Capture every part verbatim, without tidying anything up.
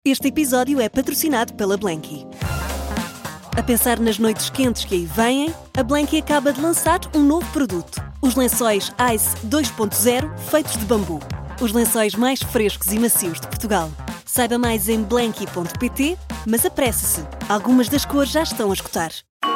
Este episódio é patrocinado pela Blanky. A pensar nas noites quentes que aí vêm, a Blanky acaba de lançar um novo produto. Os lençóis Ice dois ponto zero feitos de bambu. Os lençóis mais frescos e macios de Portugal. Saiba mais em blanky ponto pt, mas apresse-se. Algumas das cores já estão a esgotar.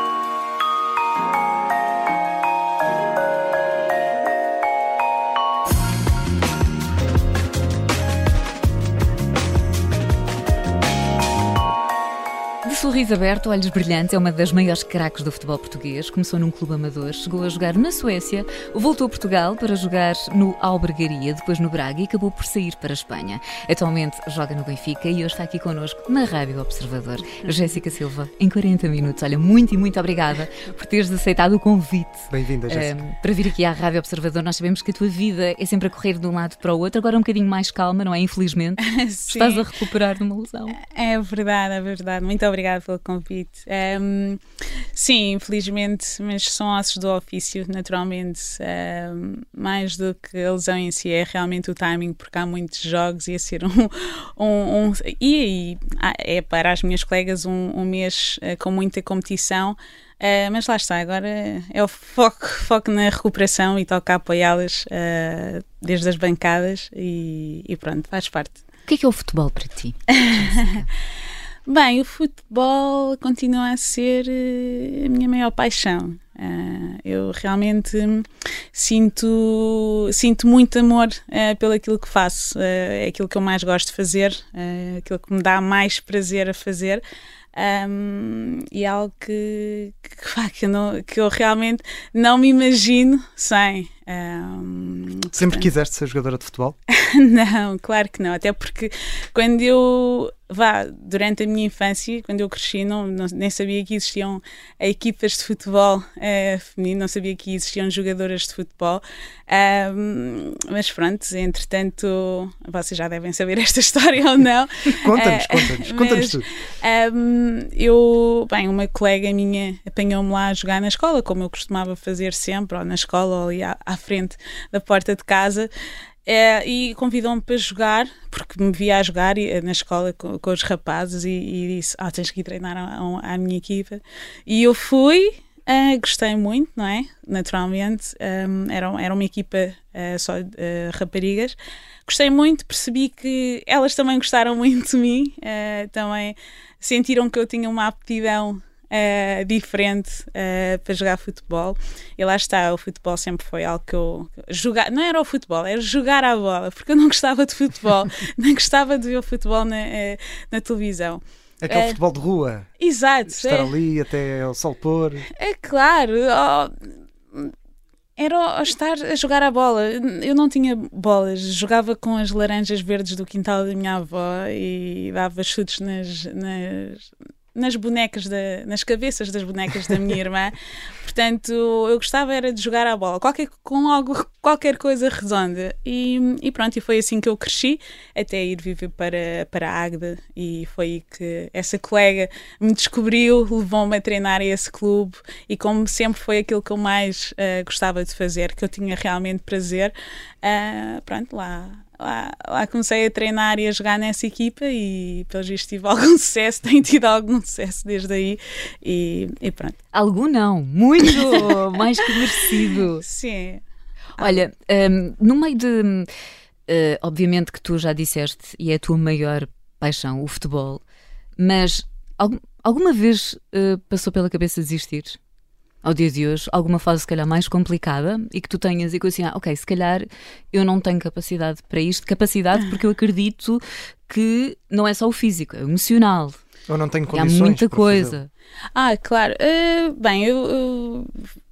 Sorriso aberto, olhos brilhantes, é uma das maiores craques do futebol português. Começou num clube amador, chegou a jogar na Suécia, voltou a Portugal para jogar no Albergaria, depois no Braga e acabou por sair para a Espanha. Atualmente joga no Benfica e hoje está aqui connosco na Rádio Observador. Jéssica Silva, em quarenta minutos. Olha, muito e muito obrigada por teres aceitado o convite. Bem-vinda, Jéssica. Um, para vir aqui à Rádio Observador. Nós sabemos que a tua vida é sempre a correr de um lado para o outro, agora um bocadinho mais calma, não é? Infelizmente. Estás a recuperar de uma lesão. É verdade, é verdade. Muito obrigada pelo convite. Um, sim, infelizmente, mas são ossos do ofício, naturalmente. Um, mais do que a lesão em si, é realmente o timing, porque há muitos jogos e a ser um. um, um e, e é para as minhas colegas um, um mês uh, com muita competição. Uh, mas lá está, agora é o foco, foco na recuperação e toca apoiá-las uh, desde as bancadas e, e pronto, faz parte. O que é que é o futebol para ti? Bem, o futebol continua a ser uh, a minha maior paixão. Uh, eu realmente sinto, sinto muito amor uh, pelo aquilo que faço. Uh, é aquilo que eu mais gosto de fazer, uh, aquilo que me dá mais prazer a fazer. Um, e é algo que, que, que, eu não, que eu realmente não me imagino sem. Um, Sempre portanto... quiseste ser jogadora de futebol? Não, claro que não, até porque quando eu, vá, durante a minha infância, quando eu cresci, não, não, nem sabia que existiam equipas de futebol uh, feminino, não sabia que existiam jogadoras de futebol, um, mas pronto, entretanto, vocês já devem saber esta história ou não. Conta-nos, uh, conta-nos, conta-nos tudo. Um, eu, bem, uma colega minha apanhou-me lá a jogar na escola, como eu costumava fazer sempre, ou na escola, ou ali à, à frente da porta de casa. É, e convidou-me para jogar, porque me via a jogar na escola com, com os rapazes e, e disse, ah, tens que ir treinar à, à minha equipa. E eu fui, uh, gostei muito, não é? Naturalmente, um, era, era uma equipa uh, só de uh, raparigas. Gostei muito, percebi que elas também gostaram muito de mim, uh, também sentiram que eu tinha uma aptidão Uh, diferente uh, para jogar futebol, e lá está, o futebol sempre foi algo que eu jogar, não era o futebol, era jogar à bola, porque eu não gostava de futebol, nem gostava de ver o futebol na, uh, na televisão. Aquele uh, futebol de rua, exato, estar é, ali até ao sol pôr. É claro, oh, era estar a jogar a bola. Eu não tinha bolas, jogava com as laranjas verdes do quintal da minha avó e dava chutes nas, nas nas bonecas, da, nas cabeças das bonecas da minha irmã. Portanto, eu gostava era de jogar a bola, qualquer, com algo, qualquer coisa redonda. E, e pronto, e foi assim que eu cresci, até ir viver para, para a Águeda, e foi aí que essa colega me descobriu, levou-me a treinar a esse clube, e como sempre foi aquilo que eu mais uh, gostava de fazer, que eu tinha realmente prazer, uh, pronto, lá... Lá, lá comecei a treinar e a jogar nessa equipa e pelo visto tive algum sucesso, tenho tido algum sucesso desde aí e, e pronto. Algum não, muito mais que merecido. Sim. Olha, um, no meio de, uh, obviamente que tu já disseste e é a tua maior paixão, o futebol, mas algum, alguma vez uh, passou pela cabeça desistir? Ao dia de hoje, alguma fase se calhar mais complicada e que tu tenhas e que assim, ah, ok, se calhar eu não tenho capacidade para isto, capacidade porque eu acredito que não é só o físico, é o emocional. Ou não tenho condições. Há muita para coisa. fazer. Ah, claro. Uh, bem, eu... eu...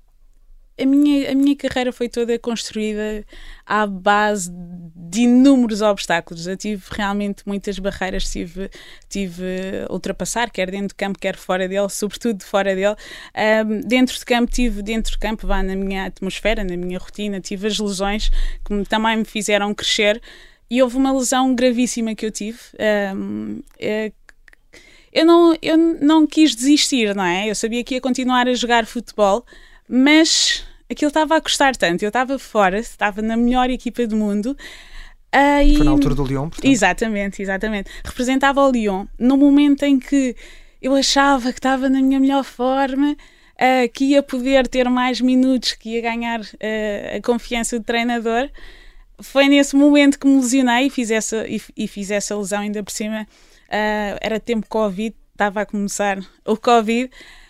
A minha, a minha carreira foi toda construída à base de inúmeros obstáculos. Eu tive realmente muitas barreiras, tive, tive a ultrapassar, quer dentro de campo, quer fora dele, sobretudo fora dele. Um, dentro de campo, tive dentro de campo, vá na minha atmosfera, na minha rotina, tive as lesões que me, também me fizeram crescer, e houve uma lesão gravíssima que eu tive. Um, é, eu, não, eu não quis desistir, não é? Eu sabia que ia continuar a jogar futebol, mas aquilo estava a custar tanto. Eu estava fora, estava na melhor equipa do mundo, Uh, e... Foi na altura do Lyon, portanto. Exatamente, exatamente. Representava o Lyon no momento em que eu achava que estava na minha melhor forma, uh, que ia poder ter mais minutos, que ia ganhar uh, a confiança do treinador. Foi nesse momento que me lesionei e fiz essa, e, e fiz essa lesão ainda por cima. Uh, era tempo Covid, estava a começar o Covid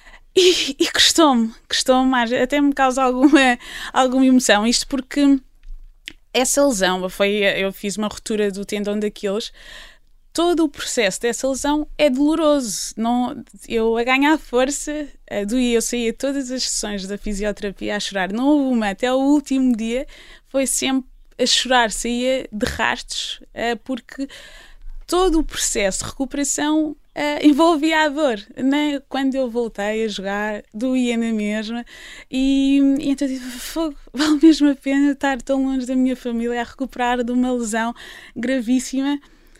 e, e custou-me, custou-me mais, até me causa alguma, alguma emoção. Isto porque essa lesão, foi, eu fiz uma ruptura do tendão de Aquiles. Todo o processo dessa lesão é doloroso. Não, eu a ganhar força, a doía, eu saía todas as sessões da fisioterapia a chorar. Não houve uma, até o último dia, foi sempre a chorar, saía de rastos, porque todo o processo de recuperação envolvia a dor. Né? Quando eu voltei a jogar, doía na mesma, e, e então eu disse, fogo, vale mesmo a pena estar tão longe da minha família a recuperar de uma lesão gravíssima,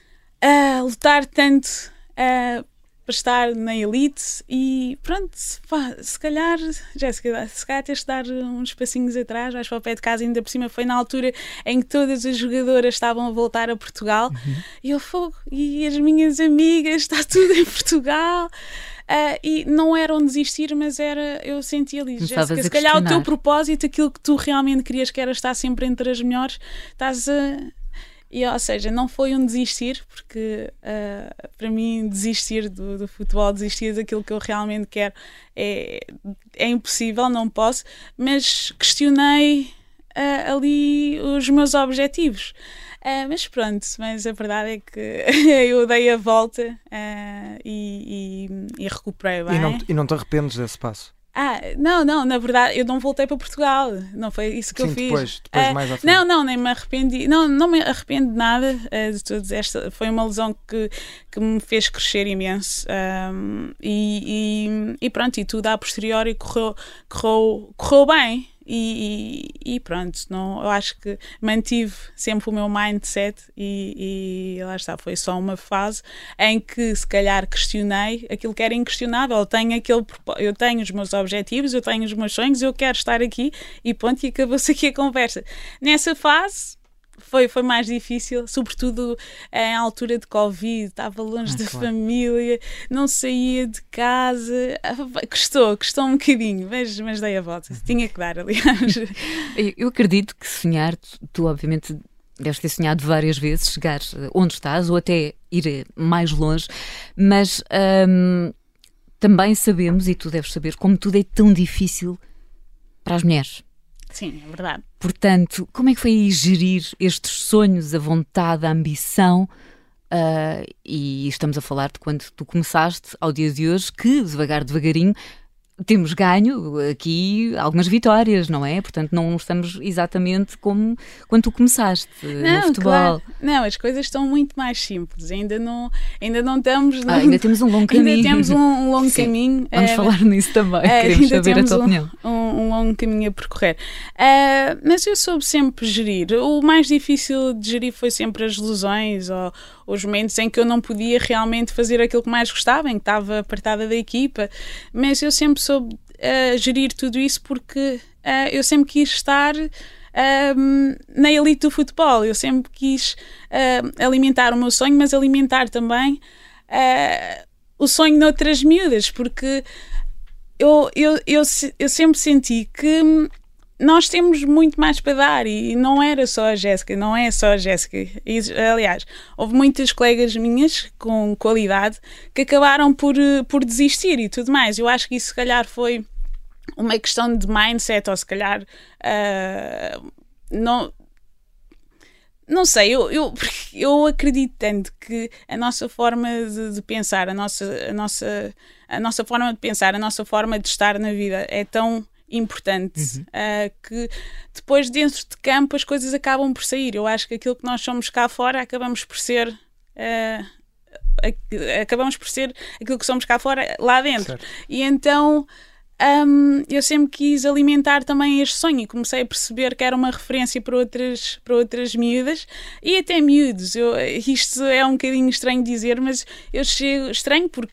a lutar tanto uh, para estar na elite e pronto, pá, se calhar, Jéssica, se calhar tens de dar uns passinhos atrás, vais para o pé de casa, ainda por cima foi na altura em que todas as jogadoras estavam a voltar a Portugal, uhum. e eu fogo, e as minhas amigas, está tudo em Portugal. Uh, e não era um desistir, mas era, eu sentia ali, Jéssica, se calhar o teu propósito, aquilo que tu realmente querias, que era estar sempre entre as melhores, estás a... E, ou seja, não foi um desistir, porque uh, para mim desistir do, do futebol, desistir daquilo que eu realmente quero é, é impossível, não posso, mas questionei uh, ali os meus objetivos. Uh, mas pronto, mas a verdade é que eu dei a volta uh, e, e, e recuperei bem. E não, e não te arrependes desse passo? Ah, não, não, na verdade eu não voltei para Portugal, não foi isso que Sim, eu fiz. depois, depois uh, mais à frente. Não, não, nem me arrependi, não, não me arrependo de nada uh, de todos esta, foi uma lesão que, que me fez crescer imenso, um, e, e, e pronto, e tudo a posteriori correu, correu, correu bem. E, e, e pronto, não, eu acho que mantive sempre o meu mindset e, e lá está, foi só uma fase em que se calhar questionei aquilo que era inquestionável. Eu tenho, aquele, eu tenho os meus objetivos, eu tenho os meus sonhos, eu quero estar aqui e ponto, e acabou-se aqui a conversa. Nessa fase Foi, foi mais difícil, sobretudo em altura de Covid, estava longe ah, da claro. família, não saía de casa, custou, custou um bocadinho, mas, mas dei a volta, uhum. tinha que dar, aliás. Eu acredito que sonhar, tu, tu obviamente deves ter sonhado várias vezes chegar onde estás ou até ir mais longe, mas hum, também sabemos, e tu deves saber, como tudo é tão difícil para as mulheres. Sim, é verdade. Portanto, como é que foi aí gerir estes sonhos, a vontade, a ambição? Uh, e estamos a falar de quando tu começaste ao dia de hoje, que devagar, devagarinho, temos ganho aqui algumas vitórias, não é? Portanto, não estamos exatamente como quando tu começaste não, no futebol. Claro. Não, as coisas estão muito mais simples. Ainda não, ainda não estamos... Não, ah, ainda temos um longo caminho. Ainda temos um, um longo Sim, caminho. Vamos é, falar nisso também. É, Queremos saber a tua um, opinião. Um, um longo caminho a percorrer. Uh, mas eu soube sempre gerir. O mais difícil de gerir foi sempre as lesões ou os momentos em que eu não podia realmente fazer aquilo que mais gostava, em que estava apartada da equipa. Mas eu sempre soube uh, gerir tudo isso porque uh, eu sempre quis estar uh, na elite do futebol. Eu sempre quis uh, alimentar o meu sonho, mas alimentar também uh, o sonho de outras miúdas, porque eu, eu, eu, eu sempre senti que nós temos muito mais para dar e não era só a Jéssica, não é só a Jéssica. E, aliás, houve muitas colegas minhas com qualidade que acabaram por, por desistir e tudo mais. Eu acho que isso se calhar foi uma questão de mindset, ou se calhar uh, não, não sei, eu, eu, eu acredito tanto que a nossa forma de, de pensar, a nossa, a, nossa, a nossa forma de pensar, a nossa forma de estar na vida é tão importante, uhum. uh, que depois dentro de campo as coisas acabam por sair. Eu acho que aquilo que nós somos cá fora acabamos por ser uh, ac- acabamos por ser aquilo que somos cá fora lá dentro. Certo. E então um, eu sempre quis alimentar também este sonho e comecei a perceber que era uma referência para outras, para outras miúdas e até miúdos. Eu, isto é um bocadinho estranho dizer, mas eu chego, estranho porque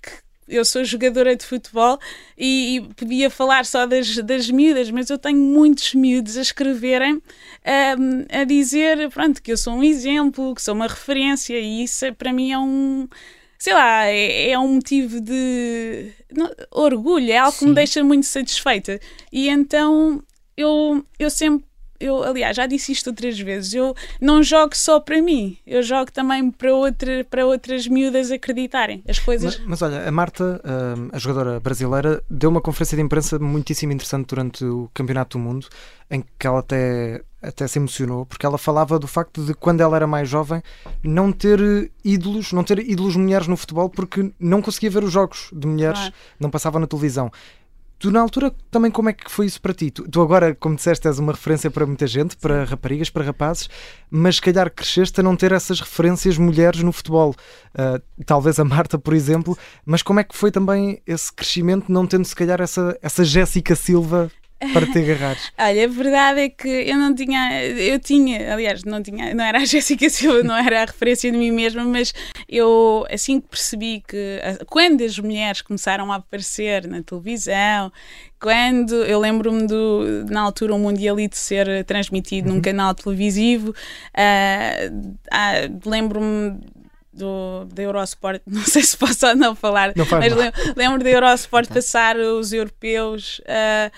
eu sou jogadora de futebol e, e podia falar só das, das miúdas, mas eu tenho muitos miúdos a escreverem um, a dizer, pronto, que eu sou um exemplo, que sou uma referência, e isso para mim é um, sei lá, é, é um motivo de não, orgulho, é algo Sim. que me deixa muito satisfeita. E então eu, eu sempre Eu, aliás, já disse isto outras vezes, eu não jogo só para mim, eu jogo também para, outra, para outras miúdas acreditarem. As coisas... Mas, mas olha, a Marta, a jogadora brasileira, deu uma conferência de imprensa muitíssimo interessante durante o Campeonato do Mundo, em que ela até, até se emocionou, porque ela falava do facto de, quando ela era mais jovem, não ter ídolos, não ter ídolos mulheres no futebol, porque não conseguia ver os jogos de mulheres, ah. não passava na televisão. Tu, na altura, também, como é que foi isso para ti? Tu, tu agora, como disseste, és uma referência para muita gente, para raparigas, para rapazes, mas se calhar cresceste a não ter essas referências mulheres no futebol. Uh, talvez a Marta, por exemplo, mas como é que foi também esse crescimento, não tendo se calhar essa, essa Jéssica Silva para te agarrares? Olha, a verdade é que eu não tinha, eu tinha, aliás, não tinha, não era a Jéssica Silva, não era a referência de mim mesma, mas eu, assim que percebi que, quando as mulheres começaram a aparecer na televisão, quando, eu lembro-me do, na altura, o Mundialito ser transmitido uhum. num canal televisivo, uh, uh, lembro-me Do, da Eurosport, não sei se posso ou não falar, não mas lembro, lembro da Eurosport okay. passar os europeus, uh,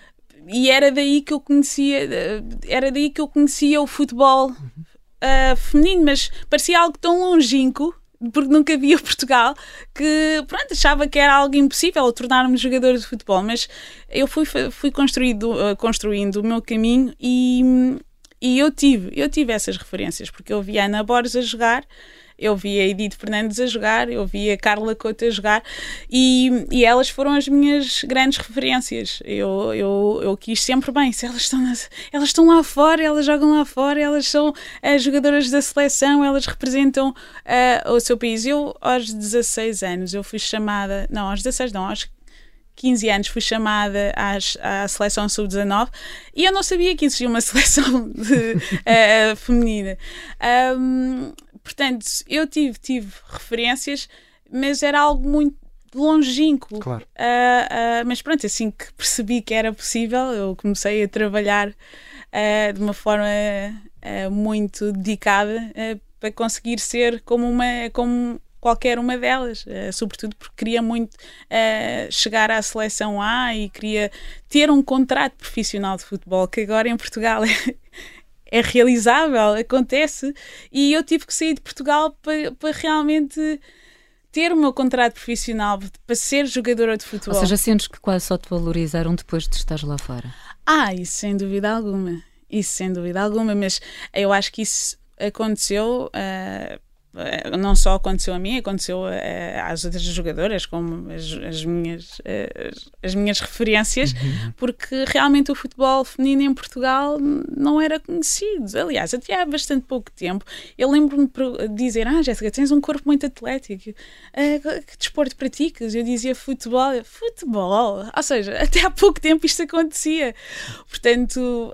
e era daí que eu conhecia, era daí que eu conhecia o futebol uh, feminino, mas parecia algo tão longínquo, porque nunca via Portugal, que pronto, achava que era algo impossível tornar-me jogadora de futebol, mas eu fui, fui construindo, uh, construindo o meu caminho e, e eu tive, eu tive essas referências, porque eu vi a Ana Borges a jogar, eu vi a Edith Fernandes a jogar, eu vi a Carla Couto a jogar, e, e elas foram as minhas grandes referências. Eu, eu, eu quis sempre, bem, se elas estão, elas estão lá fora, elas jogam lá fora, elas são as jogadoras da seleção, elas representam uh, o seu país. Eu, aos dezasseis anos, eu fui chamada, não, aos dezasseis não, aos quinze anos fui chamada às, à seleção sub dezanove e eu não sabia que existia uma seleção de, uh, feminina. Um, portanto, eu tive, tive referências, mas era algo muito longínquo. Claro. Uh, uh, mas pronto, assim que percebi que era possível, eu comecei a trabalhar uh, de uma forma uh, muito dedicada uh, para conseguir ser como uma... Como qualquer uma delas, uh, sobretudo porque queria muito uh, chegar à seleção A e queria ter um contrato profissional de futebol, que agora em Portugal é, é realizável, acontece, e eu tive que sair de Portugal para, para realmente ter o meu contrato profissional, para ser jogadora de futebol. Ou seja, sentes que quase só te valorizaram depois de estar lá fora? Ah, isso sem dúvida alguma, isso sem dúvida alguma, mas eu acho que isso aconteceu... Uh, não só aconteceu a mim, aconteceu às outras jogadoras, como as, as, minhas, as, as minhas referências, uhum. porque realmente o futebol feminino em Portugal não era conhecido. Aliás, até há bastante pouco tempo, eu lembro-me de dizer: ah, Jéssica, tens um corpo muito atlético, uh, que desporto praticas? Eu dizia futebol, futebol, ou seja, até há pouco tempo isto acontecia. Portanto,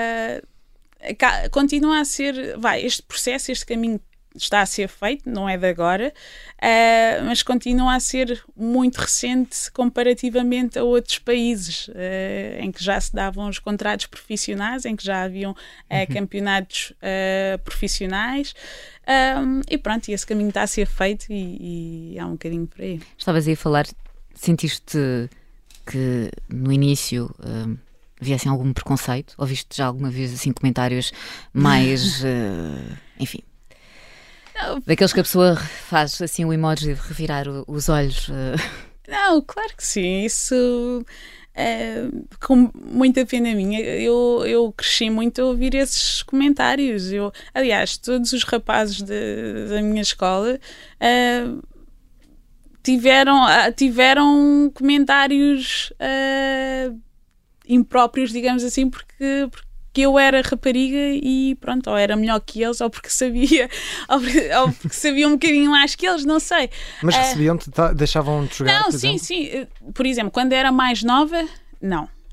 uh, continua a ser, vai, este processo, este caminho está a ser feito, não é de agora, uh, mas continua a ser muito recente comparativamente a outros países uh, em que já se davam os contratos profissionais, em que já haviam uh, uhum. campeonatos uh, profissionais, um, e pronto, e esse caminho está a ser feito e, e há um bocadinho por aí. Estavas aí a falar, sentiste que no início... Um... havia assim algum preconceito? Ouviste já alguma vez assim comentários mais, uh, enfim, não, daqueles que a pessoa faz assim o emoji de revirar o, os olhos? Uh... Não, claro que sim, isso uh, com muita pena minha, eu, eu cresci muito a ouvir esses comentários. Eu, aliás, todos os rapazes de, da minha escola uh, tiveram, uh, tiveram comentários uh, impróprios, digamos assim, porque, porque eu era rapariga e pronto, ou era melhor que eles, ou porque sabia, ou porque, ou porque sabia um bocadinho mais que eles, não sei. Mas recebiam-te, uh, deixavam-te jogar? Não, por sim, exemplo? sim. Por exemplo, quando era mais nova, não.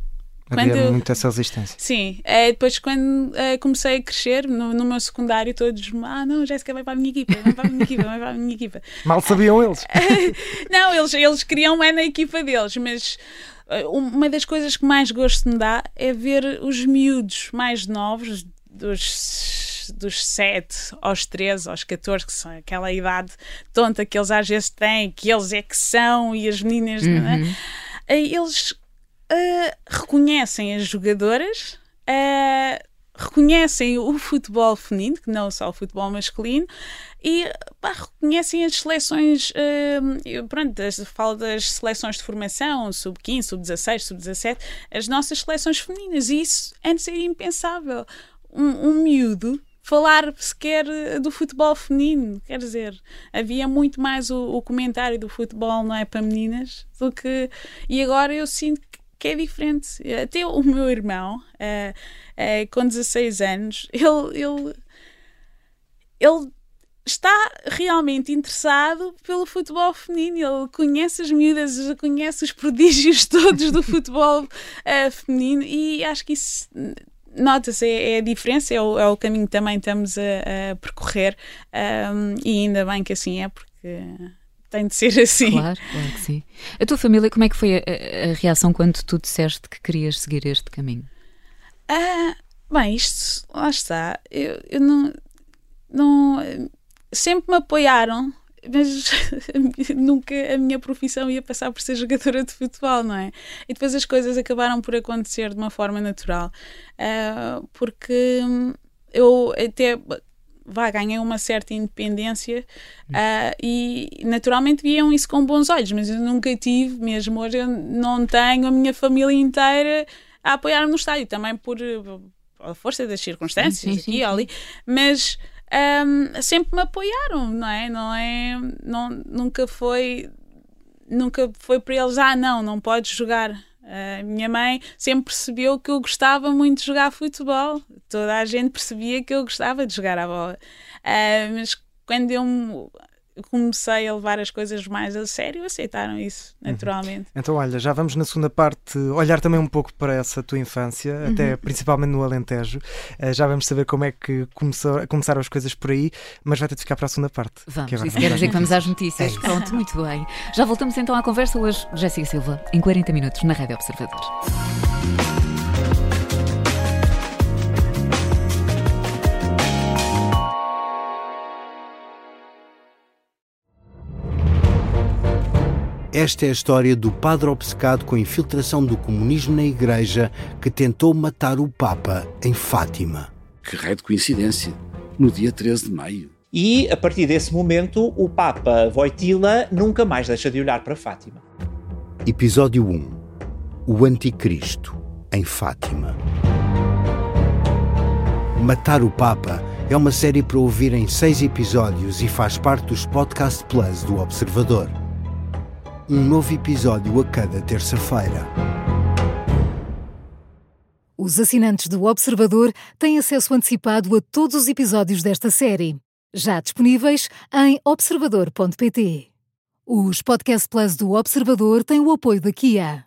Havia eu, muito essa resistência. Sim, é, depois quando é, comecei a crescer, no, no meu secundário, todos, ah não, Jéssica vai para a minha equipa, vai para a minha equipa, vai para a minha equipa. Mal sabiam eles. Não, eles, eles queriam é na equipa deles, mas uma das coisas que mais gosto me dá é ver os miúdos mais novos, dos, dos sete aos treze, aos catorze, que são aquela idade tonta que eles às vezes têm, que eles é que são, e as meninas, uhum. não é? Eles Uh, reconhecem as jogadoras, uh, reconhecem o futebol feminino, que não só o futebol masculino, e pá, reconhecem as seleções, uh, eu, pronto, falo das seleções de formação, sub quinze, sub dezasseis, sub dezassete, as nossas seleções femininas, e isso antes era impensável. Um, um miúdo falar sequer do futebol feminino, quer dizer, havia muito mais o, o comentário do futebol, não é, para meninas, do que, e agora eu sinto que que é diferente. Até o meu irmão, uh, uh, com dezasseis anos, ele, ele, ele está realmente interessado pelo futebol feminino. Ele conhece as miúdas, conhece os prodígios todos do futebol uh, feminino, e acho que isso nota-se, é, é a diferença, é o, é o caminho que também estamos a, a percorrer, um, e ainda bem que assim é, porque tem de ser assim. Claro, claro que sim. A tua família, como é que foi a, a, a reação quando tu disseste que querias seguir este caminho? Ah, bem, isto, lá está. Eu, eu não, não... Sempre me apoiaram, mas nunca a minha profissão ia passar por ser jogadora de futebol, não é? E depois as coisas acabaram por acontecer de uma forma natural. Uh, porque eu até... Vá, ganhei uma certa independência, uh, e naturalmente viam isso com bons olhos, mas eu nunca tive, mesmo hoje eu não tenho a minha família inteira a apoiar-me no estádio, também por, por a força das circunstâncias, sim, sim, aqui e ali, mas um, sempre me apoiaram, não é? Não é não, nunca foi nunca foi para eles, ah não, não podes jogar. A minha mãe sempre percebeu que eu gostava muito de jogar futebol. Toda a gente percebia que eu gostava de jogar a bola. Uh, mas quando eu comecei a levar as coisas mais a sério, aceitaram isso, naturalmente. Uhum. Então, olha, já vamos na segunda parte olhar também um pouco para essa tua infância, uhum. até principalmente no Alentejo. Uh, já vamos saber como é que começou, começaram as coisas por aí, mas vai ter de ficar para a segunda parte. Vamos, que isso quer dizer que vamos às notícias. É Pronto, muito bem. Já voltamos então à conversa hoje, Jéssica Silva, em quarenta minutos, na Rádio Observador. Esta é a história do padre obcecado com a infiltração do comunismo na Igreja que tentou matar o Papa em Fátima. Que raio de coincidência, no dia treze de maio. E, a partir desse momento, o Papa Wojtyla nunca mais deixa de olhar para Fátima. Episódio um. O Anticristo, em Fátima. Matar o Papa é uma série para ouvir em seis episódios e faz parte dos Podcast Plus do Observador. Um novo episódio a cada terça-feira. Os assinantes do Observador têm acesso antecipado a todos os episódios desta série, já disponíveis em observador ponto pt. Os Podcast Plus do Observador têm o apoio da Kia.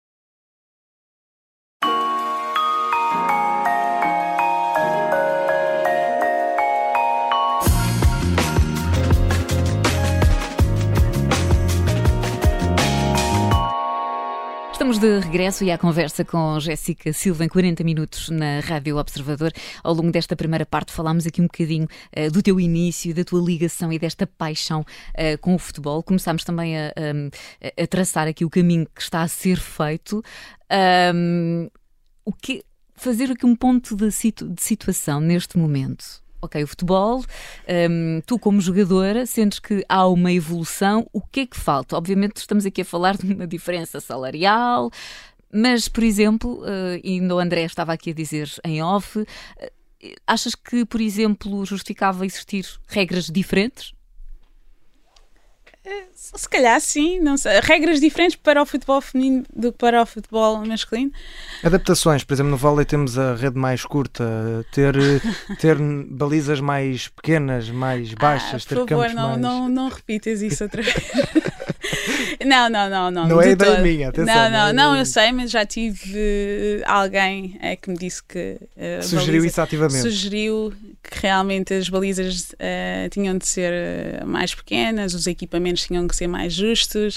Estamos de regresso e à conversa com Jéssica Silva em quarenta minutos na Rádio Observador. Ao longo desta primeira parte falámos aqui um bocadinho uh, do teu início, da tua ligação e desta paixão uh, com o futebol. Começámos também a, a, a traçar aqui o caminho que está a ser feito. Um, o que, fazer aqui um ponto de, situ, de situação neste momento. Ok, o futebol, um, tu como jogadora, sentes que há uma evolução, o que é que falta? Obviamente estamos aqui a falar de uma diferença salarial, mas, por exemplo, uh, ainda o André estava aqui a dizer em off, uh, achas que, por exemplo, justificava existir regras diferentes? Se calhar sim, não sei. Regras diferentes para o futebol feminino do que para o futebol masculino. Adaptações, por exemplo, no vôlei temos a rede mais curta, ter, ter balizas mais pequenas, mais baixas, ah, ter por favor, campos não, mais... não, não repitas isso outra vez. Não, não, não, não. Não é de ideia todo. minha, atenção. Não, não, não, não, eu sei, mas já tive uh, alguém é, que me disse que uh, sugeriu baliza, isso ativamente. Sugeriu que realmente as balizas uh, tinham de ser uh, mais pequenas, os equipamentos tinham que ser mais justos.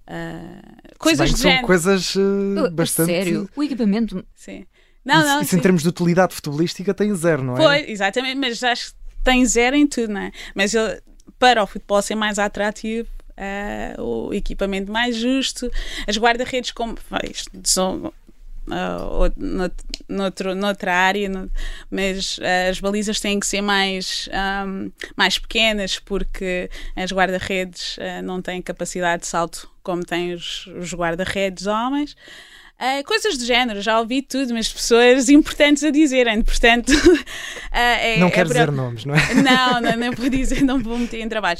Uh, coisas de são género. coisas uh, bastante. Sério? O equipamento. Sim. Não, não, isso, sim. Em termos de utilidade futebolística tem zero, não é? Pois, exatamente, mas acho que tem zero em tudo, não é? Mas eu, para o futebol ser mais atrativo, uh, o equipamento mais justo, as guarda-redes como isto, são uh, noutro, noutra área, no, mas uh, as balizas têm que ser mais, um, mais pequenas, porque as guarda-redes uh, não têm capacidade de salto como têm os, os guarda-redes homens. Uh, coisas do género, já ouvi tudo, mas pessoas importantes a dizerem, portanto... uh, é, não é quero por... dizer nomes, não é? Não, não, não vou dizer, não vou meter em trabalhos.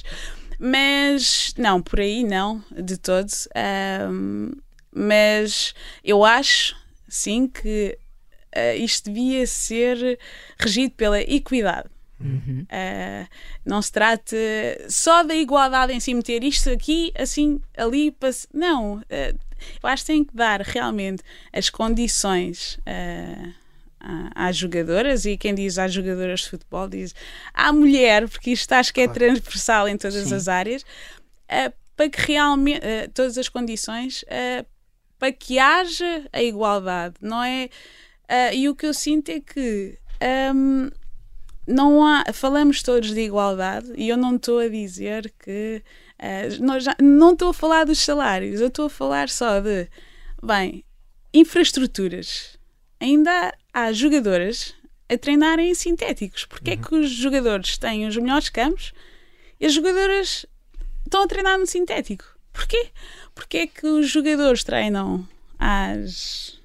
Mas, não, por aí não, de todo. Um, mas eu acho, sim, que uh, isto devia ser regido pela equidade. Uhum. Uh, não se trata só da igualdade em si, meter isto aqui, assim, ali, não... Uh, eu acho que tem que dar realmente as condições uh, às jogadoras, e quem diz às jogadoras de futebol diz à mulher, porque isto acho que é transversal em todas Sim. as áreas, uh, para que realmente uh, todas as condições uh, para que haja a igualdade, não é? Uh, e o que eu sinto é que um, não há, falamos todos de igualdade, e eu não estou a dizer que Uh, nós já, não estou a falar dos salários, eu estou a falar só de, bem, infraestruturas. Ainda há jogadoras a treinarem em sintéticos. Porque uhum. é que os jogadores têm os melhores campos e as jogadoras estão a treinar no sintético? Porquê? Porque é que os jogadores treinam às...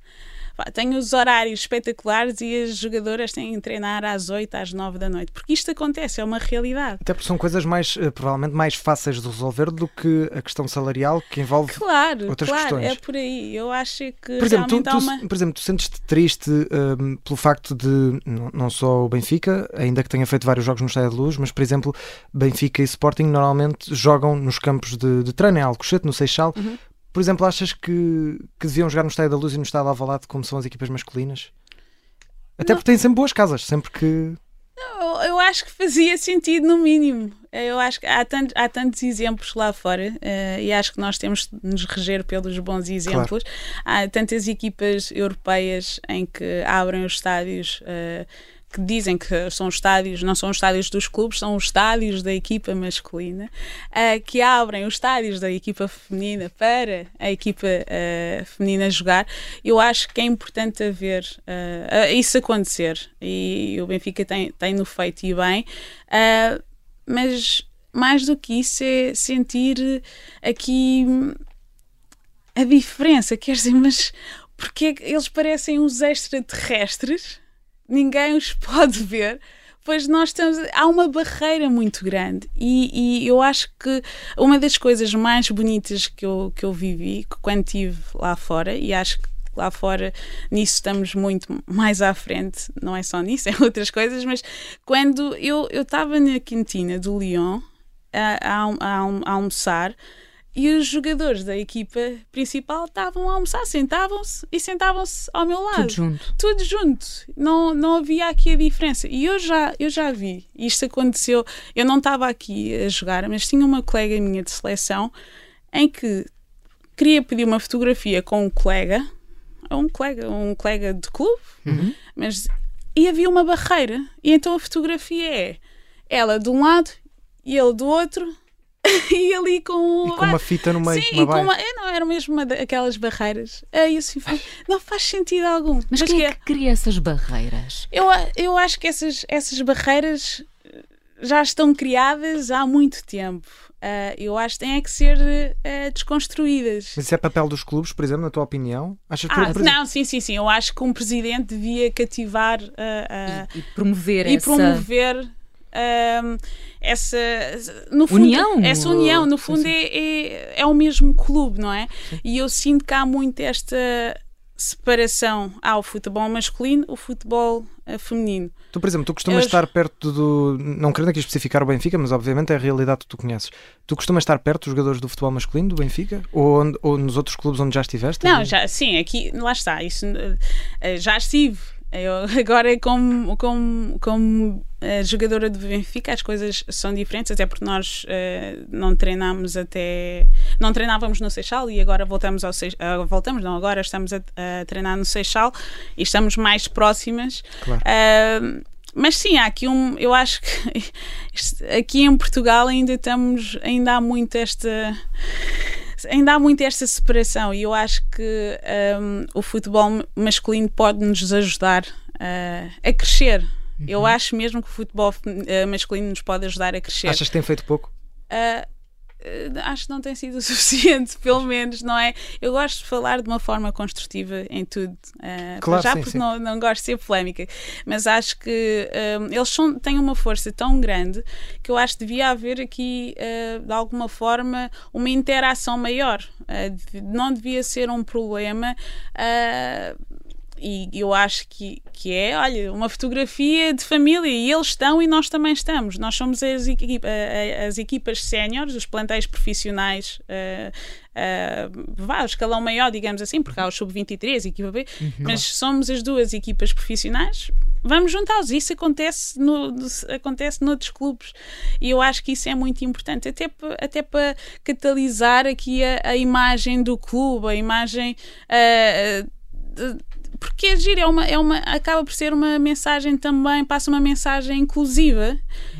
Têm os horários espetaculares e as jogadoras têm de treinar às oito, às nove da noite. Porque isto acontece, é uma realidade. Até porque são coisas mais, provavelmente mais fáceis de resolver do que a questão salarial, que envolve claro, outras claro, questões. É por aí. Eu acho que por exemplo, tu, tu, uma... por exemplo, tu sentes-te triste um, pelo facto de, não, não só o Benfica, ainda que tenha feito vários jogos no Estádio da Luz, mas, por exemplo, Benfica e Sporting normalmente jogam nos campos de, de treino, em Alcochete, no Seixal. Uhum. Por exemplo, achas que, que deviam jogar no Estádio da Luz e no Estádio de Alvalade como são as equipas masculinas? Até não. Porque têm sempre boas casas, sempre que... Não, eu acho que fazia sentido no mínimo. Eu acho que há tantos, há tantos exemplos lá fora uh, e acho que nós temos de nos reger pelos bons exemplos. Claro. Há tantas equipas europeias em que abrem os estádios... Uh, que dizem que são estádios, não são os estádios dos clubes, são os estádios da equipa masculina, uh, que abrem os estádios da equipa feminina para a equipa uh, feminina jogar. Eu acho que é importante haver uh, isso acontecer, e o Benfica tem, tem no feito e bem, uh, mas mais do que isso é sentir aqui a diferença, quer dizer, mas porque eles parecem uns extraterrestres? Ninguém os pode ver, pois nós estamos, há uma barreira muito grande, e, e eu acho que uma das coisas mais bonitas que eu, que eu vivi quando estive lá fora, e acho que lá fora nisso estamos muito mais à frente, não é só nisso, é outras coisas, mas quando eu estava na cantina do Lyon a, a, a, a almoçar, e os jogadores da equipa principal estavam a almoçar, sentavam-se e sentavam-se ao meu lado. Tudo junto. Tudo junto. Não, não havia aqui a diferença. E eu já, eu já vi. Isto aconteceu. Eu não estava aqui a jogar, mas tinha uma colega minha de seleção em que queria pedir uma fotografia com um colega, um colega, um colega de clube, uhum. mas, e havia uma barreira. E então a fotografia é ela de um lado e ele do outro, e ali com, e com uma fita no meio. Sim, uma e com uma, não, era mesmo uma daquelas barreiras. Aí assim, não faz sentido algum. Mas, mas quem que é que cria essas barreiras? Eu, eu acho que essas, essas barreiras já estão criadas há muito tempo. Uh, eu acho que têm é que ser uh, desconstruídas. Mas isso é papel dos clubes, por exemplo, na tua opinião? Achas que ah, por não, sim, sim, sim. Eu acho que um presidente devia cativar uh, uh, e, e promover e essa... promover Um, essa no fundo, união. Essa união, no fundo, sim, sim. É, é, é o mesmo clube, não é? Sim. E eu sinto que há muito esta separação ao futebol masculino, o futebol uh, feminino. Tu, por exemplo, tu costumas Eu... estar perto do... Não querendo aqui especificar o Benfica, mas obviamente é a realidade que tu conheces. Tu costumas estar perto dos jogadores do futebol masculino do Benfica? Ou, onde, ou nos outros clubes onde já estiveste? Não, já, sim, aqui, lá está. Isso, uh, já estive. Eu, agora, como, como, como uh, jogadora do Benfica, as coisas são diferentes, até porque nós uh, não treinámos até... Não treinávamos no Seixal e agora voltamos ao Seixal... Uh, voltamos, não, agora estamos a, a treinar no Seixal e estamos mais próximas. Claro. Uh, mas sim, há aqui um... Eu acho que aqui em Portugal ainda estamos... Ainda há muito esta... Ainda há muito esta separação e eu acho que um, o futebol masculino pode nos ajudar uh, a crescer. Uhum. Eu acho mesmo que o futebol uh, masculino nos pode ajudar a crescer. Achas que tem feito pouco? Uh, uh, acho que não tem sido o suficiente, pelo menos, não é? Eu gosto de falar de uma forma construtiva em tudo. Uh, claro, já sim, porque sim. Não, não gosto de ser polémica, mas acho que um, eles são, têm uma força tão grande que eu acho que devia haver aqui, uh, de alguma forma, uma interação maior. Uh, não devia ser um problema. Uh, E eu acho que, que é, olha, uma fotografia de família e eles estão e nós também estamos. Nós somos as, equipa, as equipas séniores, os plantéis profissionais, uh, uh, vá, o escalão maior, digamos assim, porque há o sub vinte e três e equipa B, uhum. Mas somos as duas equipas profissionais. Vamos juntá-los. Isso acontece, no, acontece noutros clubes e eu acho que isso é muito importante, até, até para catalisar aqui a, a imagem do clube, a imagem... Uh, de, porque é giro, é uma, é uma, acaba por ser uma mensagem também, passa uma mensagem inclusiva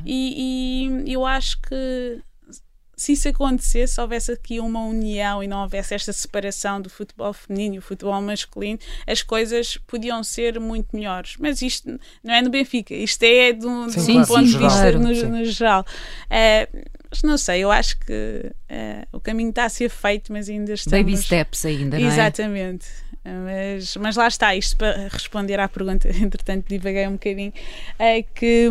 e, e eu acho que se isso acontecesse, se houvesse aqui uma união e não houvesse esta separação do futebol feminino e o futebol masculino, as coisas podiam ser muito melhores. Mas isto não é no Benfica, isto é de um, sim, de um claro, ponto sim, de vista claro, no, sim. no geral. Uh, mas não sei, eu acho que uh, o caminho está a ser feito, mas ainda estamos... Baby steps ainda, não é? Exatamente. Mas, mas lá está, isto para responder à pergunta, entretanto divaguei um bocadinho, é que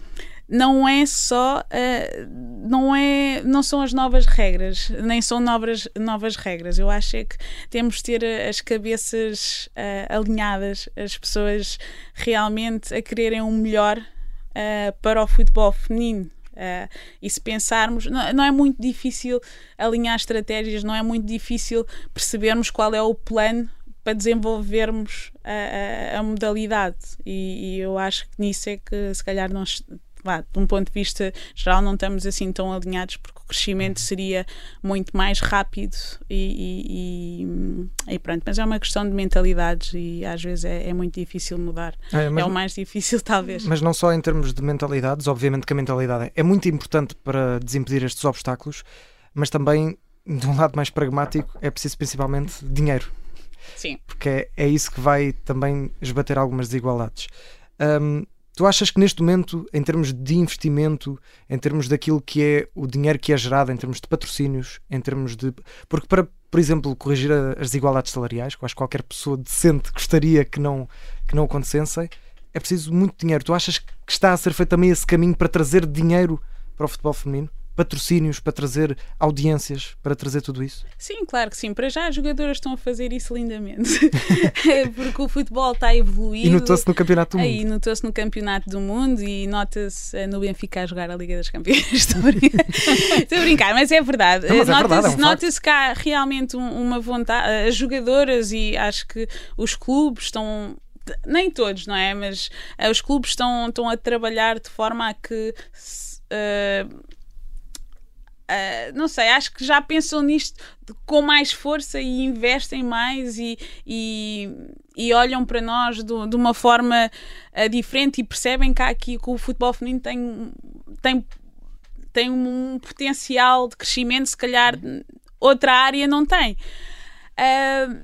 não é só, uh, não, é, não são as novas regras, nem são novas, novas regras. Eu acho é que temos de ter as cabeças uh, alinhadas, as pessoas realmente a quererem o melhor uh, para o futebol feminino. Uh, e se pensarmos, não, não é muito difícil alinhar estratégias, não é muito difícil percebermos qual é o plano para desenvolvermos a, a, a modalidade e, e eu acho que nisso é que se calhar nós, vá, de um ponto de vista geral não estamos assim tão alinhados porque o crescimento seria muito mais rápido e, e, e pronto, mas é uma questão de mentalidades e às vezes é, é muito difícil mudar, é, mas, é o mais difícil talvez. Mas não só em termos de mentalidades, obviamente que a mentalidade é muito importante para desimpedir estes obstáculos, mas também de um lado mais pragmático é preciso principalmente dinheiro. Sim. Porque é, é isso que vai também esbater algumas desigualdades. Um, tu achas que neste momento, em termos de investimento, em termos daquilo que é o dinheiro que é gerado, em termos de patrocínios, em termos de... Porque para, por exemplo, corrigir as desigualdades salariais, que eu acho que qualquer pessoa decente gostaria que não, que não acontecessem, é preciso muito dinheiro. Tu achas que está a ser feito também esse caminho para trazer dinheiro para o futebol feminino? Patrocínios, para trazer audiências, para trazer tudo isso? Sim, claro que sim. Para já as jogadoras estão a fazer isso lindamente. Porque o futebol está evoluído. E notou-se no Campeonato do Mundo. E notou-se no Campeonato do Mundo e nota-se no Benfica a jogar a Liga das Campeãs. Estou a brincar, Estou a brincar mas é verdade. Não, mas é nota-se, verdade, é um nota-se que há realmente uma vontade. As jogadoras e acho que os clubes estão... Nem todos, não é? Mas os clubes estão, estão a trabalhar de forma a que... Uh, Uh, não sei, acho que já pensam nisto com mais força e investem mais e, e, e olham para nós do, de uma forma uh, diferente e percebem que há aqui que o futebol feminino tem, tem, tem um potencial de crescimento, se calhar outra área não tem. Uh,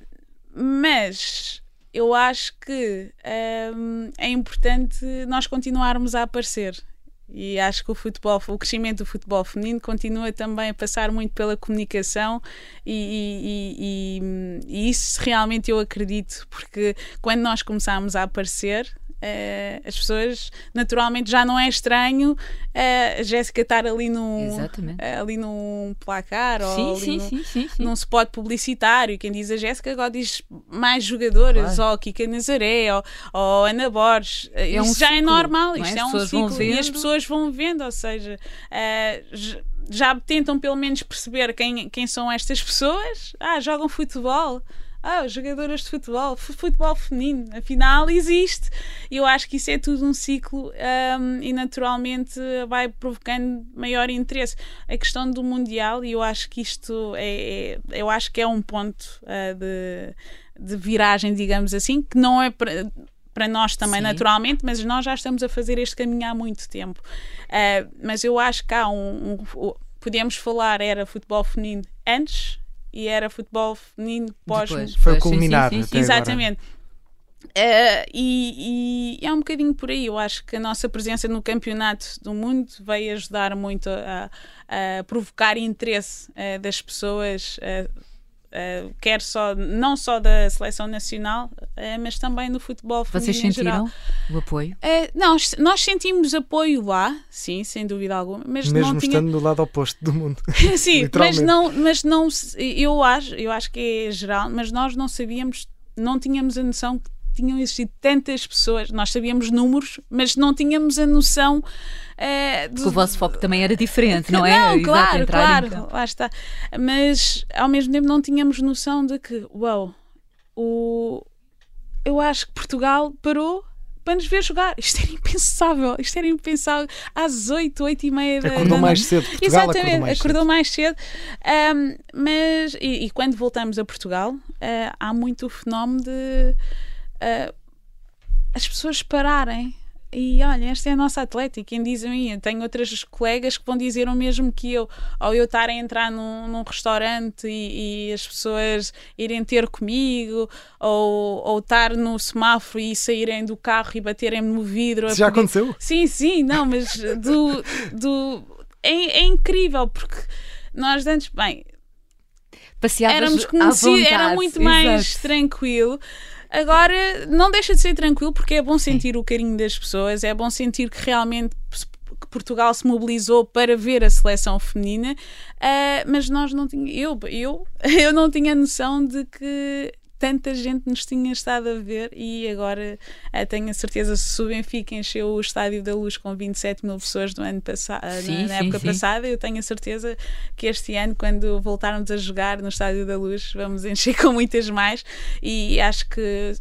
mas eu acho que uh, é importante nós continuarmos a aparecer. E acho que o futebol, o crescimento do futebol feminino continua também a passar muito pela comunicação e, e, e, e isso realmente eu acredito, porque quando nós começámos a aparecer Uh, as pessoas, naturalmente, já não é estranho uh, a Jéssica estar ali num, uh, ali num placar sim, ou ali sim, num, sim, sim, sim. num spot publicitário. Quem diz a Jéssica agora diz mais jogadoras, claro. Ou Kika Nazaré, ou, ou Ana Borges. É Isso um já ciclo, é normal, isto é? é um ciclo e as pessoas vão vendo, ou seja, uh, já tentam pelo menos perceber quem, quem são estas pessoas. Ah, jogam futebol. Ah, jogadoras de futebol, futebol feminino, afinal existe. E eu acho que isso é tudo um ciclo um, e naturalmente vai provocando maior interesse. A questão do Mundial, e eu acho que isto é, é eu acho que é um ponto uh, de, de viragem, digamos assim, que não é para, para nós também, sim, naturalmente, mas nós já estamos a fazer este caminho há muito tempo. Uh, mas eu acho que há um, um, um podemos falar, era futebol feminino antes e era futebol feminino pós. Depois, foi o culminar. Sim, sim, sim. Exatamente. Uh, e, e é um bocadinho por aí. Eu acho que a nossa presença no campeonato do mundo veio ajudar muito a, a provocar interesse uh, das pessoas, uh, uh, quer só, não só da seleção nacional, uh, mas também no futebol feminino. Vocês sentiram em geral. O apoio? Uh, nós, nós sentimos apoio lá, sim, sem dúvida alguma. Mas mesmo não tinha... estando do lado oposto do mundo. Sim, mas não, mas não eu, acho, eu acho que é geral, mas nós não sabíamos, não tínhamos a noção que tinham existido tantas pessoas. Nós sabíamos números, mas não tínhamos a noção uh, de... O vosso foco também era diferente, não é? Não, claro, Exato, claro, em... lá está. Mas ao mesmo tempo não tínhamos noção de que, uau, o... eu acho que Portugal parou para nos ver jogar. Isto era impensável, isto era impensável. Às oito, oito e meia da Acordou mais cedo, Portugal exatamente, acordou mais acordou cedo. mais cedo. Um, mas, e, e quando voltamos a Portugal, uh, há muito o fenómeno de uh, as pessoas pararem e olha, esta é a nossa atleta, e quem diz a mim, eu tenho outras colegas que vão dizer o mesmo que eu, ou eu estar a entrar num, num restaurante e, e as pessoas irem ter comigo, ou, ou estar no semáforo e saírem do carro e baterem-me no vidro. Isso já pedir... aconteceu? Sim, sim, não, mas do, do... É, é incrível, porque nós antes, bem, passeavas éramos conhecidos, era muito mais exato. Tranquilo. Agora, não deixa de ser tranquilo, porque é bom sentir Sim. o carinho das pessoas, é bom sentir que realmente que Portugal se mobilizou para ver a seleção feminina, uh, mas nós não tínhamos, eu, eu, eu não tinha noção de que tanta gente nos tinha estado a ver, e agora uh, tenho a certeza, se o Benfica encheu o Estádio da Luz com vinte e sete mil pessoas no ano passado, sim, na, na época sim, passada, eu tenho a certeza que este ano, quando voltarmos a jogar no Estádio da Luz, vamos encher com muitas mais, e acho que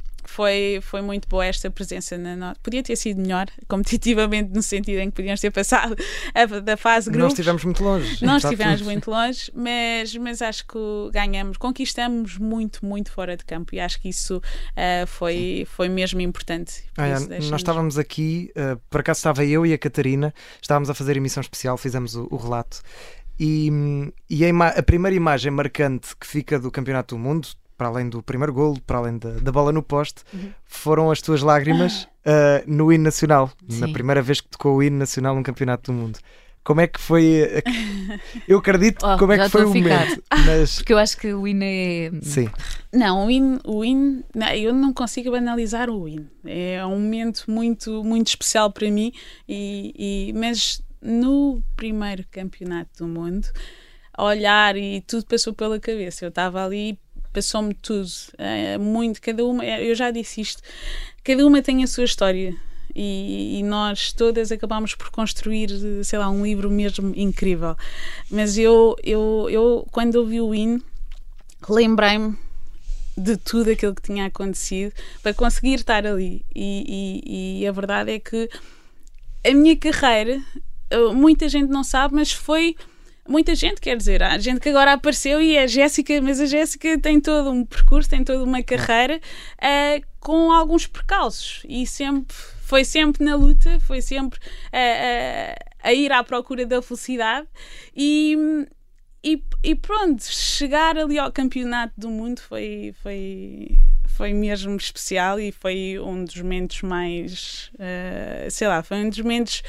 Foi, foi muito boa esta presença na nossa. Podia ter sido melhor, competitivamente, no sentido em que podíamos ter passado a, da fase grupos. Nós estivemos muito longe. Nós estivemos muito longe, mas, mas acho que ganhamos, conquistamos muito, muito fora de campo, e acho que isso uh, foi, foi mesmo importante. Ah, é, nós estávamos aqui, uh, por acaso estava eu e a Catarina, estávamos a fazer emissão especial, fizemos o, o relato, e, e a, ima- a primeira imagem marcante que fica do Campeonato do Mundo, para além do primeiro golo, para além da, da bola no poste, uhum. foram as tuas lágrimas uh, no hino nacional. Sim. Na primeira vez que tocou o hino nacional num campeonato do mundo. Como é que foi... Eu acredito oh, como é que foi o momento. Mas... Porque eu acho que o hino é... Sim. Não, o hino... O hino não, eu não consigo banalizar o hino. É um momento muito, muito especial para mim. E, e, mas no primeiro campeonato do mundo, a olhar e tudo passou pela cabeça. Eu estava ali... Passou-me tudo, é, muito, cada uma, eu já disse isto, cada uma tem a sua história, e, e nós todas acabámos por construir, sei lá, um livro mesmo incrível. Mas eu, eu, eu quando ouvi o hino, lembrei-me de tudo aquilo que tinha acontecido para conseguir estar ali, e, e, e a verdade é que a minha carreira, muita gente não sabe, mas foi... Muita gente, quer dizer, há gente que agora apareceu e é a Jéssica, mas a Jéssica tem todo um percurso, tem toda uma carreira uh, com alguns percalços, e sempre, foi sempre na luta, foi sempre uh, uh, a ir à procura da felicidade, e, e, e pronto, chegar ali ao campeonato do mundo foi, foi, foi mesmo especial, e foi um dos momentos mais, uh, sei lá, foi um dos momentos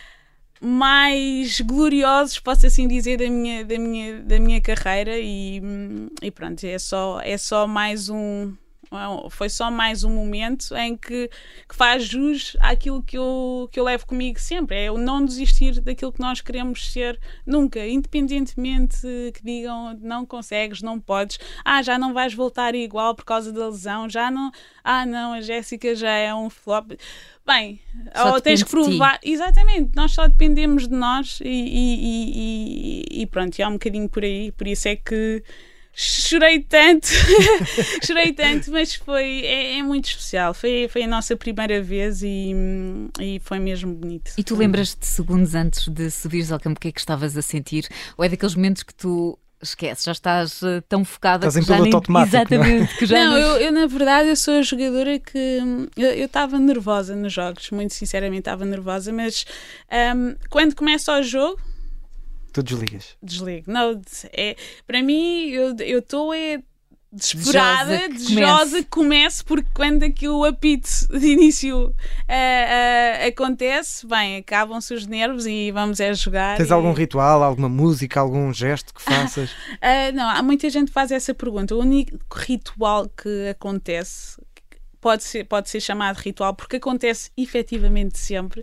mais gloriosos, posso assim dizer, da minha, da minha, da minha carreira, e, e pronto, é só, é só mais um, Foi só mais um momento em que, que faz jus àquilo que eu, que eu levo comigo sempre. É o não desistir daquilo que nós queremos ser nunca, independentemente que digam não consegues, não podes, ah, já não vais voltar igual por causa da lesão, já não, ah não, a Jéssica já é um flop. Bem, só ou tens que provar. De exatamente, nós só dependemos de nós e, e, e, e pronto, e há um bocadinho por aí, por isso é que chorei tanto, chorei tanto, mas foi, é, é muito especial. Foi, foi a nossa primeira vez e, e foi mesmo bonito. E tu lembras-te segundos antes de subires ao campo o que é que estavas a sentir? Ou é daqueles momentos que tu esqueces, já estás uh, tão focada estás que em já nem... automático, Exatamente, não é? que já não, não... Eu, eu na verdade eu sou a jogadora que eu estava nervosa nos jogos, muito sinceramente estava nervosa, mas um, quando começa o jogo tu desligas. Desligo. Não, é, para mim, eu estou é desesperada, desejosa que desejosa que comece, porque quando aqui o apito de início uh, uh, acontece, bem, acabam-se os nervos e vamos é jogar. Tens e... algum ritual, alguma música, algum gesto que faças? uh, não, há muita gente que faz essa pergunta. O único ritual que acontece pode ser, pode ser chamado ritual, porque acontece efetivamente sempre.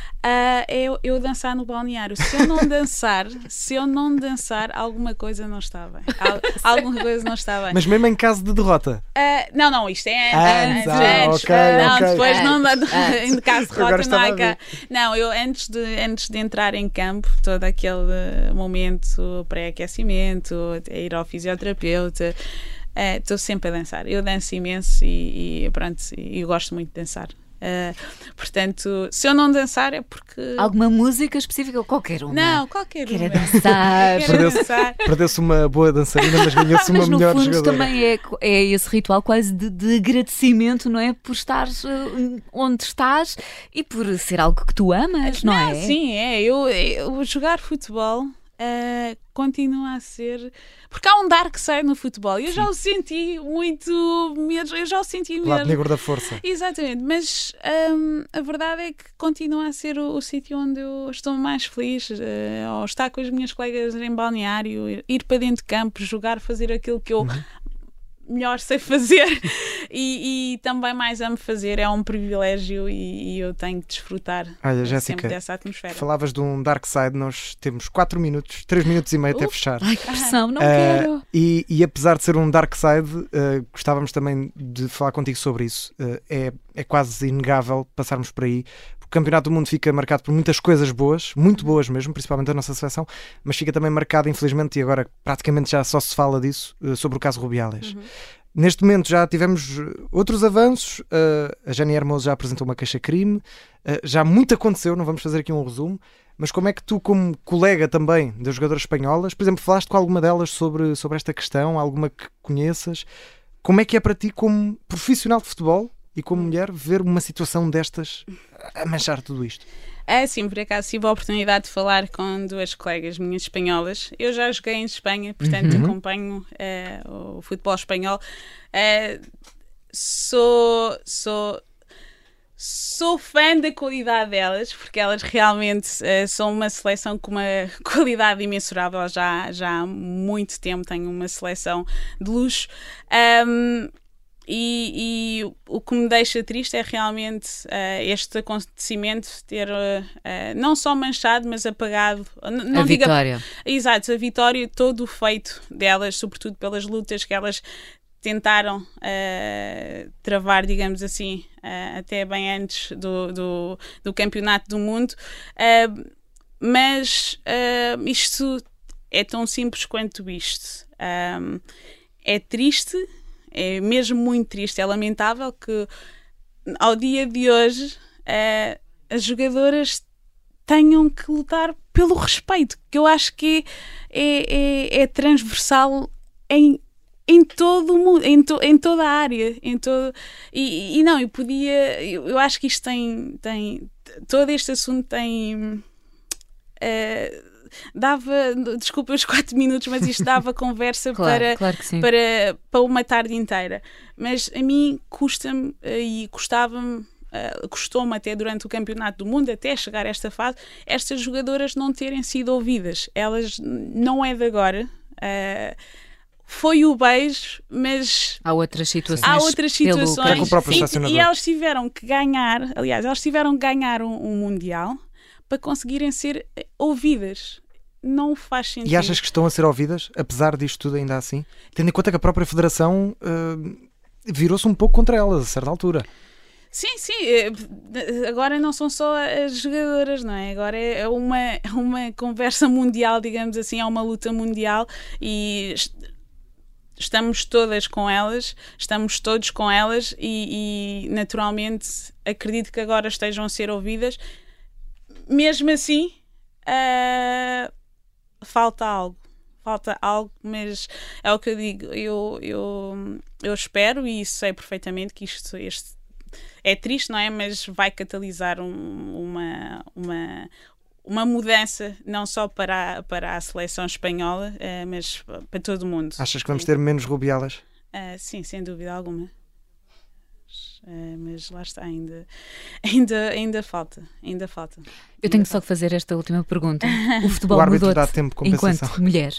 Uh, é eu, eu dançar no balneário. Se eu não dançar, se eu não dançar, alguma coisa não está bem. Al, alguma coisa não está bem. Mas mesmo em caso de derrota? Uh, não, não, isto é antes. antes. Ah, antes. okay, Uh, não, okay. depois Antes. não dá. Antes. Em caso de derrota, não há cá. ver. Não, eu antes de, antes de entrar em campo, todo aquele momento pré-aquecimento, ir ao fisioterapeuta, estou uh, sempre a dançar. Eu danço imenso e, e pronto, e eu gosto muito de dançar. Uh, portanto, se eu não dançar é porque... Alguma música específica ou qualquer uma? Não, qualquer uma. Quer dançar. Quero Perdeu-se dançar. perdeu-se uma boa dançarina, mas ganhou-se uma Mas no melhor fundo jogadora. também é, é esse ritual quase de, de agradecimento, não é? Por estares uh, onde estás e por ser algo que tu amas, não, é? Sim, é. Eu, eu jogar futebol uh, continua a ser... Porque há um dark side no futebol. Eu já o senti muito mesmo. Eu já o senti mesmo. Lado negro da força. Exatamente. Mas um, a verdade é que continua a ser o, o sítio onde eu estou mais feliz. Uh, ou estar com as minhas colegas em balneário, ir, ir para dentro de campo, jogar, fazer aquilo que eu... Uhum. melhor sei fazer e, e também mais amo fazer, é um privilégio e, e eu tenho que desfrutar. Olha, sempre Jéssica, dessa atmosfera. falavas de um dark side, nós temos quatro minutos, três minutos e meio até Uf. fechar. Ai, que pressão, não Uh, quero. E, e apesar de ser um dark side, uh, gostávamos também de falar contigo sobre isso. Uh, é, é quase inegável passarmos por aí. O Campeonato do Mundo fica marcado por muitas coisas boas, muito boas mesmo, principalmente a nossa seleção, mas fica também marcado, infelizmente, e agora praticamente já só se fala disso, uh, sobre o caso Rubiales. Uhum. Neste momento já tivemos outros avanços, uh, a Jenny Hermoso já apresentou uma queixa-crime, uh, já muito aconteceu, não vamos fazer aqui um resumo, mas como é que tu, como colega também das jogadoras espanholas, por exemplo, falaste com alguma delas sobre, sobre esta questão, alguma que conheças, como é que é para ti, como profissional de futebol e como mulher, ver uma situação destas a manchar tudo isto? É sim, por acaso tive a oportunidade de falar com duas colegas minhas espanholas. Eu já joguei em Espanha, portanto uhum. acompanho uh, o futebol espanhol. Uh, sou, sou, sou fã da qualidade delas, porque elas realmente uh, são uma seleção com uma qualidade imensurável. Já, já há muito tempo tenho uma seleção de luxo. Um, E, e o que me deixa triste é realmente uh, este acontecimento ter uh, uh, não só manchado, mas apagado não a diga, vitória. Exato, a vitória, todo o feito delas, sobretudo pelas lutas que elas tentaram uh, travar, digamos assim, uh, até bem antes do, do, do Campeonato do Mundo. Uh, mas uh, isto é tão simples quanto isto. Um, é triste. É mesmo muito triste, é lamentável que ao dia de hoje uh, as jogadoras tenham que lutar pelo respeito, que eu acho que é, é, é transversal em, em todo o mundo, em, to, em toda a área, em todo, e, e não, eu podia, eu, eu acho que isto tem, tem todo este assunto tem... Uh, dava, desculpa os quatro minutos, mas isto dava conversa claro, para, claro que sim. para, para uma tarde inteira. Mas a mim custa-me e custava-me, uh, custou-me até durante o Campeonato do Mundo, até chegar a esta fase, estas jogadoras não terem sido ouvidas. Elas não é de agora. Uh, foi o beijo, mas há outras situações. Há outras situações pelo... e, e elas tiveram que ganhar, aliás, elas tiveram que ganhar um, um Mundial para conseguirem ser ouvidas. Não faz sentido. E achas que estão a ser ouvidas, apesar disto tudo ainda assim? Tendo em conta que a própria Federação uh, virou-se um pouco contra elas a certa altura. Sim, sim. Agora não são só as jogadoras, não é? Agora é uma, uma conversa mundial, digamos assim, é uma luta mundial e estamos todas com elas, estamos todos com elas e, e naturalmente acredito que agora estejam a ser ouvidas. Mesmo assim, uh, falta algo. Falta algo, mas é o que eu digo. Eu, eu, eu espero e sei perfeitamente que isto este, é triste, não é? Mas vai catalisar um, uma, uma, uma mudança, não só para a, para a seleção espanhola, uh, mas para todo o mundo. Achas que vamos ter menos Rubiales? Uh, sim, sem dúvida alguma. Uh, mas lá está, ainda, ainda, ainda falta, ainda falta. Eu ainda tenho falta. só que fazer esta última pergunta. O futebol o árbitro mudou dá tempo de compensação. Enquanto mulher?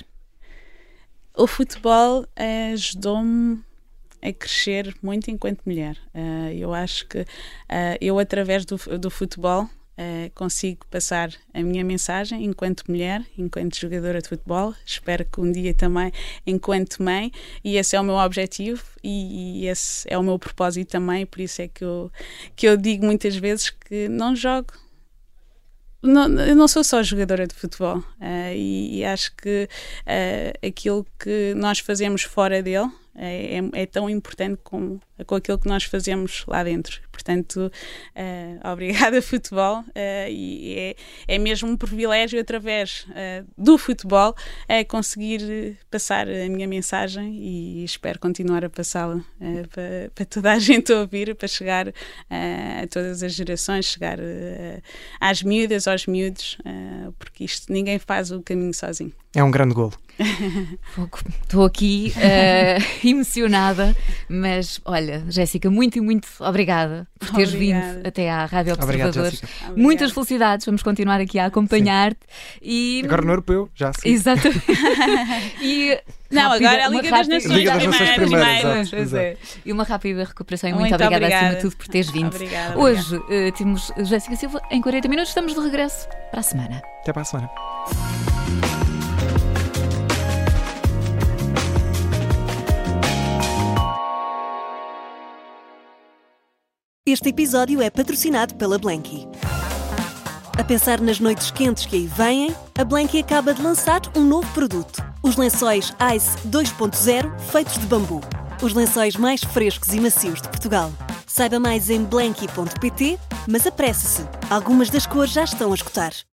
O futebol uh, ajudou-me a crescer muito enquanto mulher. Uh, eu acho que uh, eu, através do, do futebol, uh, consigo passar a minha mensagem enquanto mulher, enquanto jogadora de futebol. Espero que um dia também enquanto mãe, e esse é o meu objetivo e, e esse é o meu propósito também. Por isso é que eu, que eu digo muitas vezes que não jogo. Não, eu não sou só jogadora de futebol uh, e, e acho que uh, aquilo que nós fazemos fora dele é, é, é tão importante como com aquilo que nós fazemos lá dentro. Portanto, uh, obrigada futebol uh, e é, é mesmo um privilégio através uh, do futebol uh, conseguir passar a minha mensagem e espero continuar a passá-la uh, para, para toda a gente ouvir, para chegar uh, a todas as gerações, chegar uh, às miúdas, aos miúdos, uh, porque isto ninguém faz o caminho sozinho. É um grande golo. Estou aqui uh, emocionada, mas olha, Jéssica, muito e muito obrigada por teres obrigada. vindo até à Rádio Observador. Obrigado, muitas felicidades, vamos continuar aqui a acompanhar-te. E... Agora no Europeu, já sim. Exatamente. e Não, rápida, agora é a Liga das rápida... Nações, Liga das Nações primeiro. primeiro. É. E uma rápida recuperação e muito, muito obrigada, obrigada acima de tudo por teres vindo. Obrigada, Hoje uh, temos Jéssica Silva em quarenta minutos, estamos de regresso para a semana. Até para a semana. Este episódio é patrocinado pela Blanky. A pensar nas noites quentes que aí vêm, a Blanky acaba de lançar um novo produto. Os lençóis Ice dois ponto zero feitos de bambu. Os lençóis mais frescos e macios de Portugal. Saiba mais em blanky ponto pt, mas apresse-se. Algumas das cores já estão a esgotar.